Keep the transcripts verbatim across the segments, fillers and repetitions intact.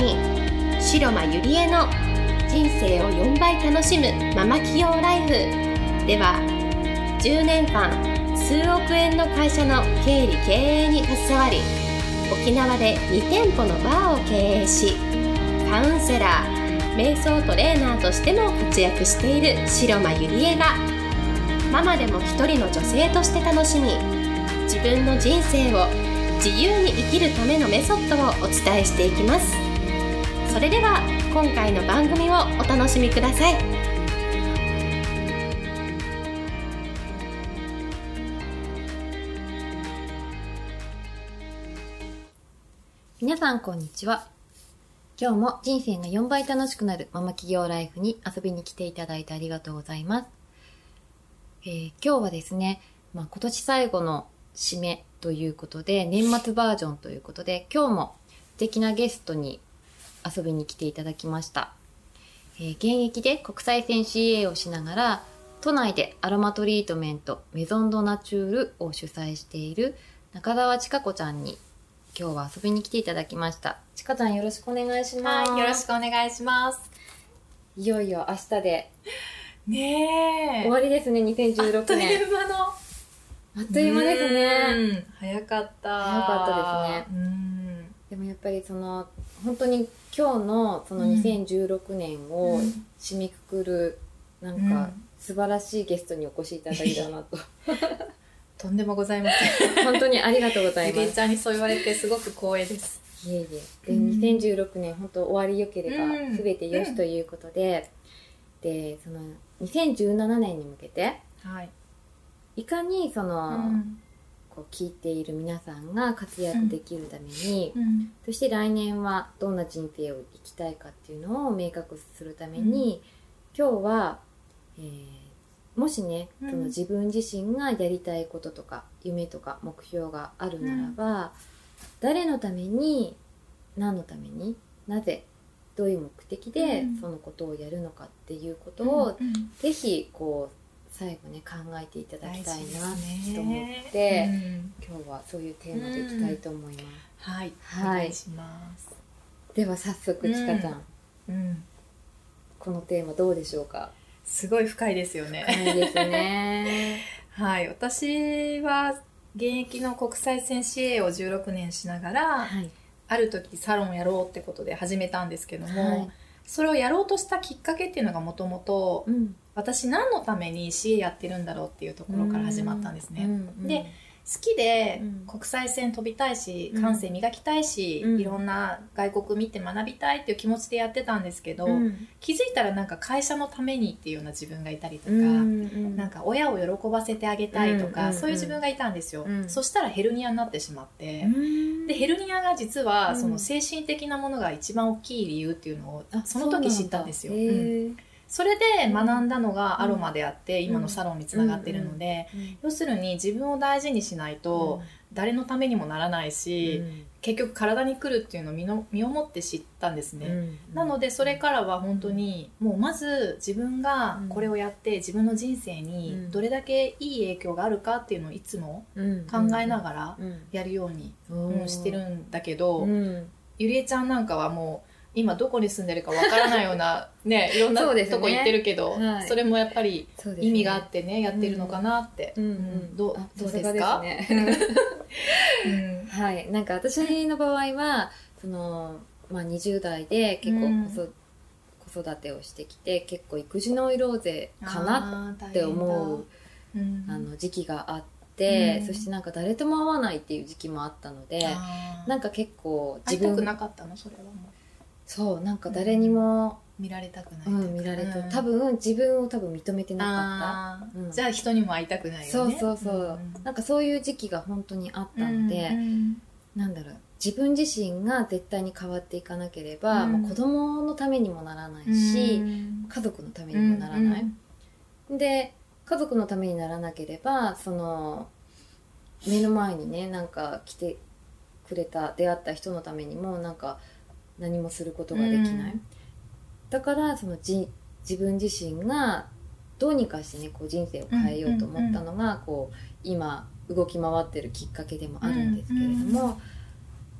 に白間ゆりえの人生をよんばい楽しむママ企業ライフでは、じゅうねんかん数億円の会社の経理経営に携わり、沖縄でにてんぽのバーを経営し、カウンセラー、瞑想トレーナーとしても活躍している白間ゆりえが、ママでも一人の女性として楽しみ、自分の人生を自由に生きるためのメソッドをお伝えしていきます。それでは今回の番組をお楽しみください。 皆さんこんにちは。今日も人生がよんばい楽しくなるママ企業ライフに遊びに来ていただいてありがとうございます。えー、今日はですね、まあ、今年最後の締めということで、年末バージョンということで、今日も素敵なゲストに遊びに来ていただきました。えー、現役で国際線 シーエー をしながら、都内でアロマトリートメントメゾンドナチュールを主催している中澤千佳子ちゃんに今日は遊びに来ていただきました。千佳ちゃん、よろしくお願いします。 はい、よろしくお願いします。 いよいよ明日でねえ終わりですね。にせんじゅうろくねん。 あっという間のあっという間ですね。 早かった。 早かったですね。うんでもやっぱりその本当に今日のそのにせんじゅうろくねんを締めくくる、なんか素晴らしいゲストにお越しいただいたなと。 とんでもございません。 本当にありがとうございます。 ゆりえちゃんにそう言われてすごく光栄です。 いえいえ。で、にせんじゅうろくねん本当終わりよければ全てよしということで、うんうん、でそのにせんじゅうななねんに向けて、はい、いかにその、うん、こう聞いている皆さんが活躍できるために、うんうん、そして来年はどんな人生を生きたいかっていうのを明確するために、うん、今日は、えーもしね、うん、その自分自身がやりたいこととか夢とか目標があるならば、うん、誰のために、何のために、なぜ、どういう目的でそのことをやるのかっていうことを、うんうん、ぜひこう最後ね考えていただきたいなと思って、うん、今日はそういうテーマでいきたいと思います。うん、 はい、はい、お願いします。 では早速ちかちゃん、うんうん、このテーマどうでしょうか？ すごい深いですよね。 深いですね。 はい、私は現役の国際線 シーエー をじゅうろくねんしながら、はい、ある時サロンをやろうってことで始めたんですけども、はい、それをやろうとしたきっかけっていうのがもともと私何のために シーエー やってるんだろうっていうところから始まったんですね。うんうん、で好きで国際線飛びたいし、うん、感性磨きたいし、うん、いろんな外国見て学びたいっていう気持ちでやってたんですけど、うん、気づいたらなんか会社のためにっていうような自分がいたりとか、うん、なんか親を喜ばせてあげたいとか、うん、そういう自分がいたんですよ、うん、そしたらヘルニアになってしまって、うん、でヘルニアが実はその精神的なものが一番大きい理由っていうのをその時知ったんですよ。それで学んだのがアロマであって、うん、今のサロンにつながってるので、うんうん、要するに自分を大事にしないと誰のためにもならないし、うん、結局体に来るっていうのを身の身をもって知ったんですね、うん、なのでそれからは本当にもうまず自分がこれをやって自分の人生にどれだけいい影響があるかっていうのをいつも考えながらやるようにしてるんだけど、うんうん、ゆりえちゃんなんかはもう今どこに住んでるかわからないようなね、いろんなとこ行ってるけど そ,、ねはい、それもやっぱり意味があってね、やってるのかなって、うんうん、ど, どうですか？ですねうん、はい、なんか私の場合はその、まあ、にじゅう代で結構子,、うん、子育てをしてきて結構育児ノイローゼかなって思う あ、うん、あの時期があって、うん、そしてなんか誰とも会わないっていう時期もあったので、なんか結構自分会いたくなかったの？それはもうそうなんか誰にも、 うん、見られたくない、 うん、見られた、うん、多分自分を多分認めてなかった、 うん、じゃあ人にも会いたくないよね。 そうそうそう、うん、なんかそういう時期が本当にあったので、うん、なんだろう、自分自身が絶対に変わっていかなければ、うん、もう子供のためにもならないし、うん、家族のためにもならない、うん、で家族のためにならなければその目の前にねなんか来てくれた出会った人のためにもなんか何もすることができない、うん、だからそのじ自分自身がどうにかしてねこう人生を変えようと思ったのが、うんうんうん、こう今動き回ってるきっかけでもあるんですけれども、うんうん、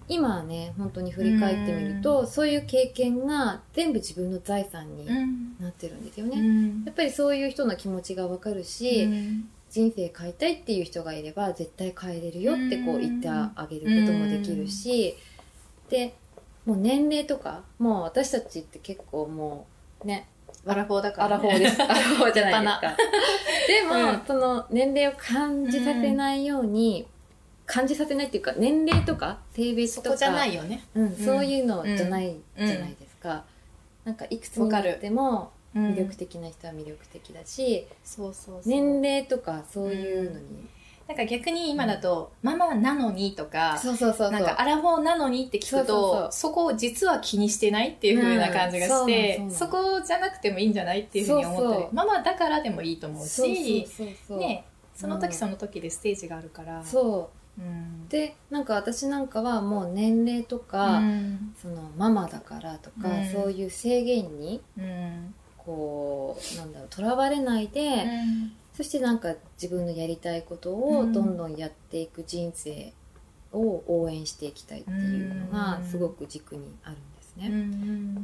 今はね本当に振り返ってみると、うん、そういう経験が全部自分の財産になってるんですよね、うん、やっぱりそういう人の気持ちが分かるし、うん、人生変えたいっていう人がいれば絶対変えれるよってこう言ってあげることもできるし、うん、でもう年齢とかもう私たちって結構もうねアラフォーだから、 ね、アラフォーですアラフォーじゃないですかでも、うん、その年齢を感じさせないように、うん、感じさせないっていうか年齢とか性別とかそこじゃないよね、 うん、そういうのじゃないじゃないですか、うんうん、なんかいくつになっても魅力的な人は魅力的だし、 うん、そうそうそう年齢とかそういうのに、うんなんか逆に今だと、うん、ママなのにとか、 そうそうそうそうなんかアラフォーなのにって聞くと、そうそうそうそこを実は気にしてないっていう風な感じがして、うん、そ, そこじゃなくてもいいんじゃないっていう風に思ったり、そうそうママだからでもいいと思うし、そうそうそうそうね、その時その時でステージがあるから、 うん、そう、うん、でなんか私なんかはもう年齢とか、うん、そのママだからとか、うん、そういう制限に、うん、こうなんだろうとらわれないで、うんそしてなんか自分のやりたいことをどんどんやっていく人生を応援していきたいっていうのがすごく軸にあるんですね、うん、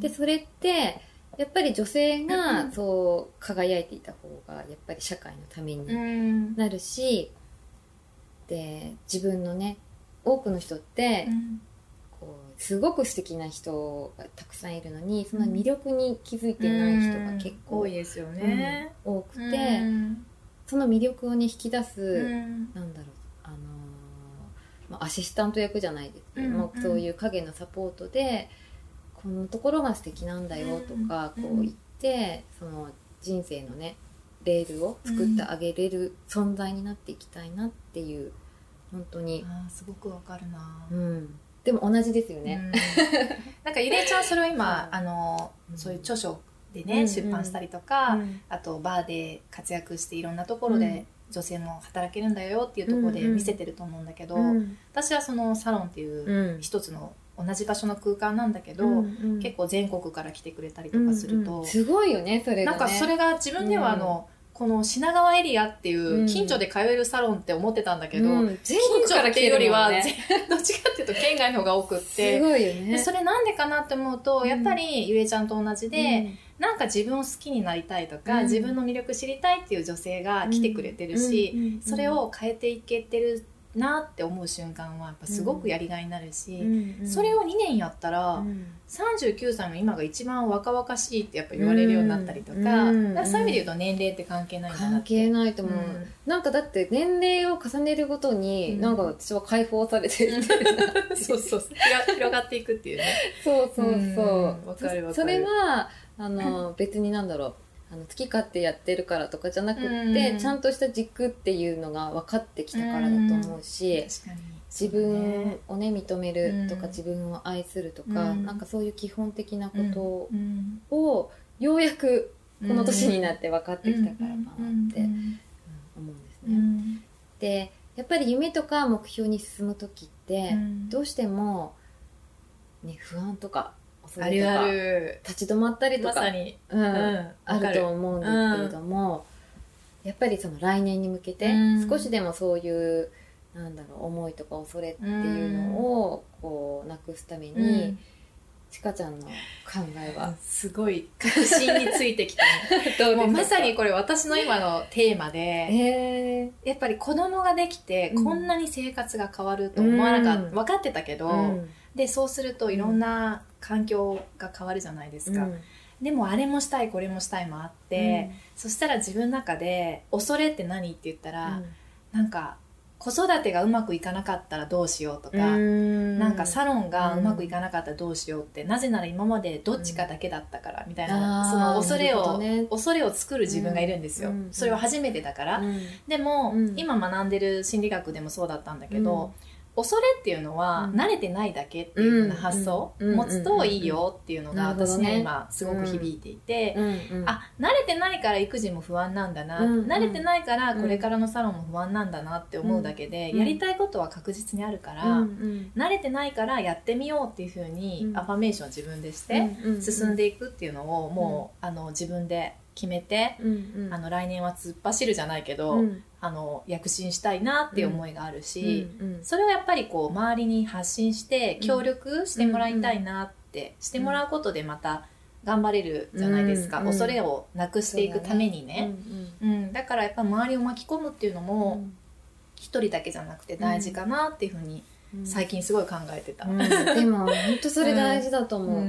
でそれってやっぱり女性がそう輝いていた方がやっぱり社会のためになるし、で自分のね多くの人ってこうすごく素敵な人がたくさんいるのにその魅力に気づいてない人が結構多いですよね、 うん、多くてその魅力をね引き出す、うん、なんだろう、あのーまあ、アシスタント役じゃないですけども、うんうん、そういう影のサポートでこのところが素敵なんだよとか、うん、こう言ってその人生のねレールを作ってあげれる存在になっていきたいなっていう本当にあすごくわかるな、 うん、でも同じですよね、うん、 なんかゆりえちゃんそれを今あの、うん、そういう著書でね、うんうん、出版したりとか、うん、あとバーで活躍していろんなところで女性も働けるんだよっていうところで見せてると思うんだけど、うんうん、私はそのサロンっていう一つの同じ場所の空間なんだけど、うんうん、結構全国から来てくれたりとかすると、うんうん、 すごいよねそれがね。 なんかそれが自分ではあの、うんこの品川エリアっていう近所で通えるサロンって思ってたんだけど、うん、近所っていうよりは、ね、どっちかっていうと県外の方が多くってすごいよね。 でそれなんでかなって思うと、うん、やっぱりゆえちゃんと同じで、うん、なんか自分を好きになりたいとか、うん、自分の魅力知りたいっていう女性が来てくれてるし、うんうんうんうん、それを変えていけてるなって思う瞬間はやっぱすごくやりがいになるし、うんうん、それをにねんやったら、うん、さんじゅうきゅうさいの今が一番若々しいってやっぱ言われるようになったりとか、うんうん、そういう意味で言うと年齢って関係ないんだなって。 関係ないと思う、うん、なんかだって年齢を重ねるごとに、うん、なんか私は解放されてるみたいなそうそう広がっていくっていうねそうそうそう、うん、 わかるわかる。 それはあの別になんだろうあの好き勝手やってるからとかじゃなくって、うん、ちゃんとした軸っていうのが分かってきたからだと思うし、うん、確かに自分をね認めるとか、うん、自分を愛するとか、うん、なんかそういう基本的なことをようやくこの年になって分かってきたからかなって思うんですね、うん、でやっぱり夢とか目標に進む時ってどうしても、ね、不安とかあるある立ち止まったりとか、 まさに、 うんうん、あると思うんですけれども、うん、やっぱりその来年に向けて少しでもそういう、うん、なんだろう思いとか恐れっていうのをこうなくすために、うん、ちかちゃんの考えはすごい確信についてきたもうまさにこれ私の今のテーマで、えー、やっぱり子供ができてこんなに生活が変わると思わなかった、うん、分かってたけど、うんでそうするといろんな環境が変わるじゃないですか、うん、でもあれもしたいこれもしたいもあって、うん、そしたら自分の中で恐れって何って言ったら、うん、なんか子育てがうまくいかなかったらどうしようとか、うん、なんかサロンがうまくいかなかったらどうしようって、うん、なぜなら今までどっちかだけだったからみたいな、うん、その恐れを、ね、恐れを作る自分がいるんですよ、うん、それは初めてだから、うん、でも、うん、今学んでる心理学でもそうだったんだけど、うん恐れっていうのは慣れてないだけっていう風な発想を持つといいよっていうのが私には今すごく響いていて、あ、慣れてないから育児も不安なんだな、慣れてないからこれからのサロンも不安なんだなって思うだけで、やりたいことは確実にあるから、慣れてないからやってみようっていう風にアファメーションを自分でして進んでいくっていうのをもうあの自分で決めて、うんうん、あの来年は突っ走るじゃないけど、うん、あの躍進したいなっていう思いがあるし、うんうんうん、それをやっぱりこう周りに発信して協力してもらいたいなって、うんうん、してもらうことでまた頑張れるじゃないですか、うんうん、恐れをなくしていくためにね、うんうんうん、だからやっぱ周りを巻き込むっていうのも一人だけじゃなくて大事かなっていうふうに最近すごい考えてた、 うんうん、でも本当それ大事だと思う、うん、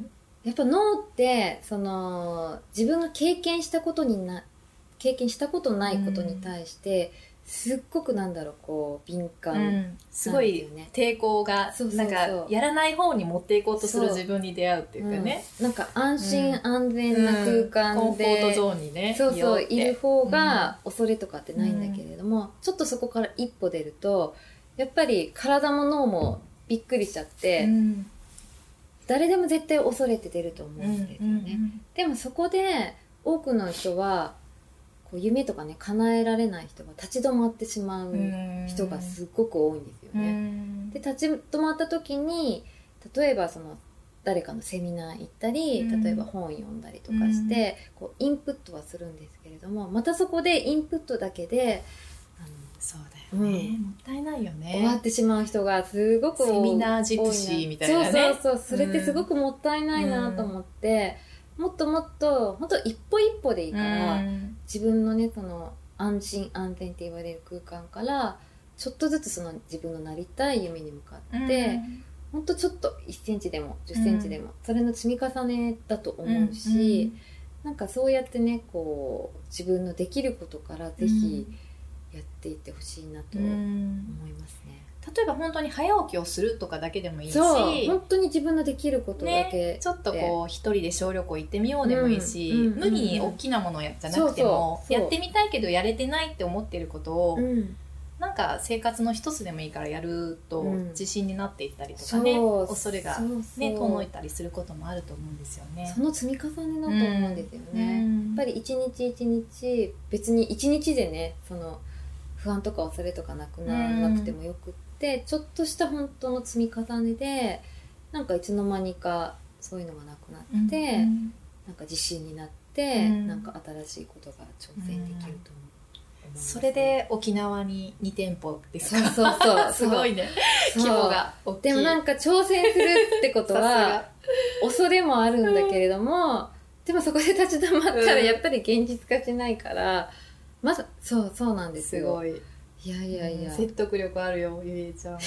やっぱ脳ってその自分が経験したことにな経験したことないことに対してすっごくなんだろうこう敏感、うん、 すごい抵抗がなんかやらない方に持っていこうとする自分に出会うっていうかね、 うん、なんか安心安全な空間で、うん、コンフォートゾーンにねそうそういる方が恐れとかってないんだけれども、うん、ちょっとそこから一歩出るとやっぱり体も脳もびっくりしちゃって、うん、誰でも絶対恐れて出ると思うんですよね、うんうんうん、でもそこで多くの人はこう夢とかね叶えられない人が立ち止まってしまう人がすっごく多いんですよね。で立ち止まった時に例えばその誰かのセミナー行ったり例えば本読んだりとかしてこうインプットはするんですけれどもまたそこでインプットだけであのそうだよね、うん、もったいないよね終わってしまう人がすごく多い。 セミナー尽くしみたいなね。 そうそうそうそれってすごくもったいないなと思って、うん、もっともっと本当一歩一歩でいいから、うん、自分のねその安心安全って言われる空間からちょっとずつその自分のなりたい夢に向かって、うん、本当ちょっといっセンチでもじゅっセンチでも、うん、それの積み重ねだと思うし、うん、なんかそうやってねこう自分のできることからぜひやっていってほしいなと思いますね。 例えば本当に早起きをするとかだけでもいいし、 そう本当に自分のできることだけ、 ね、ちょっとこう一人で小旅行行ってみようでもいいし、うんうんうん、無理に大きなものじゃなくてもそうそうやってみたいけどやれてないって思ってることを、うん、なんか生活の一つでもいいからやると自信になっていったりとかね、うん、恐れが、ね、遠のいたりすることもあると思うんですよね。 その積み重ねだと思うんですよね、うん、やっぱり一日一日別に一日でねその不安とか恐れとかなくならなくてもよくって、うん、ちょっとした本当の積み重ねでなんかいつの間にかそういうのがなくなって、うん、なんか自信になって、うん、なんか新しいことが挑戦できると思う、うんね、それで沖縄にに店舗ですか。 そうそうそうすごいね規模が大きい。 でもなんか挑戦するってことは恐れもあるんだけれども、うん、でもそこで立ち止まったらやっぱり現実化しないから、うん、まだそうそうなんですよ。 すごい。 いやいやいや、 うん、説得力あるよゆりえちゃん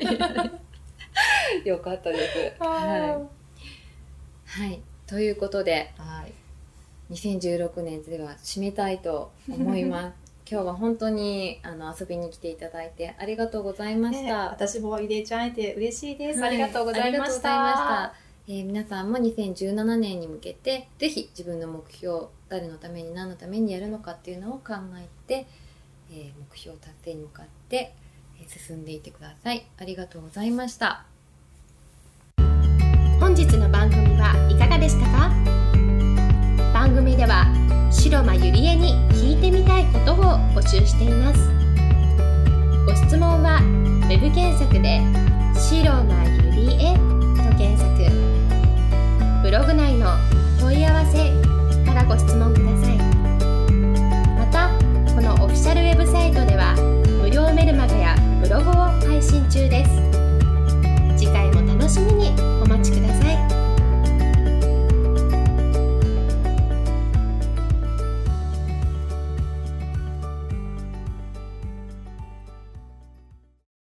よかったですはい、はい、ということで、はい、にせんじゅうろくねんでは締めたいと思います今日は本当にあの遊びに来ていただいてありがとうございました、ね、 私もゆりえちゃん会えて嬉しいです、はい、ありがとうございました。 えー、皆さんもにせんじゅうななねんに向けてぜひ自分の目標誰のために何のためにやるのかっていうのを考えてえー、目標達成に向かって、えー、進んでいってください。ありがとうございました。 本日の番組はいかがでしたか？番組では白間ゆりえに聞いてみたいことを募集しています。ご質問はウェブ検索で白間ゆりえと検索、ブログ内の問い合わせからご質問ください。またこのオフィシャルウェブサイトでは無料メルマガや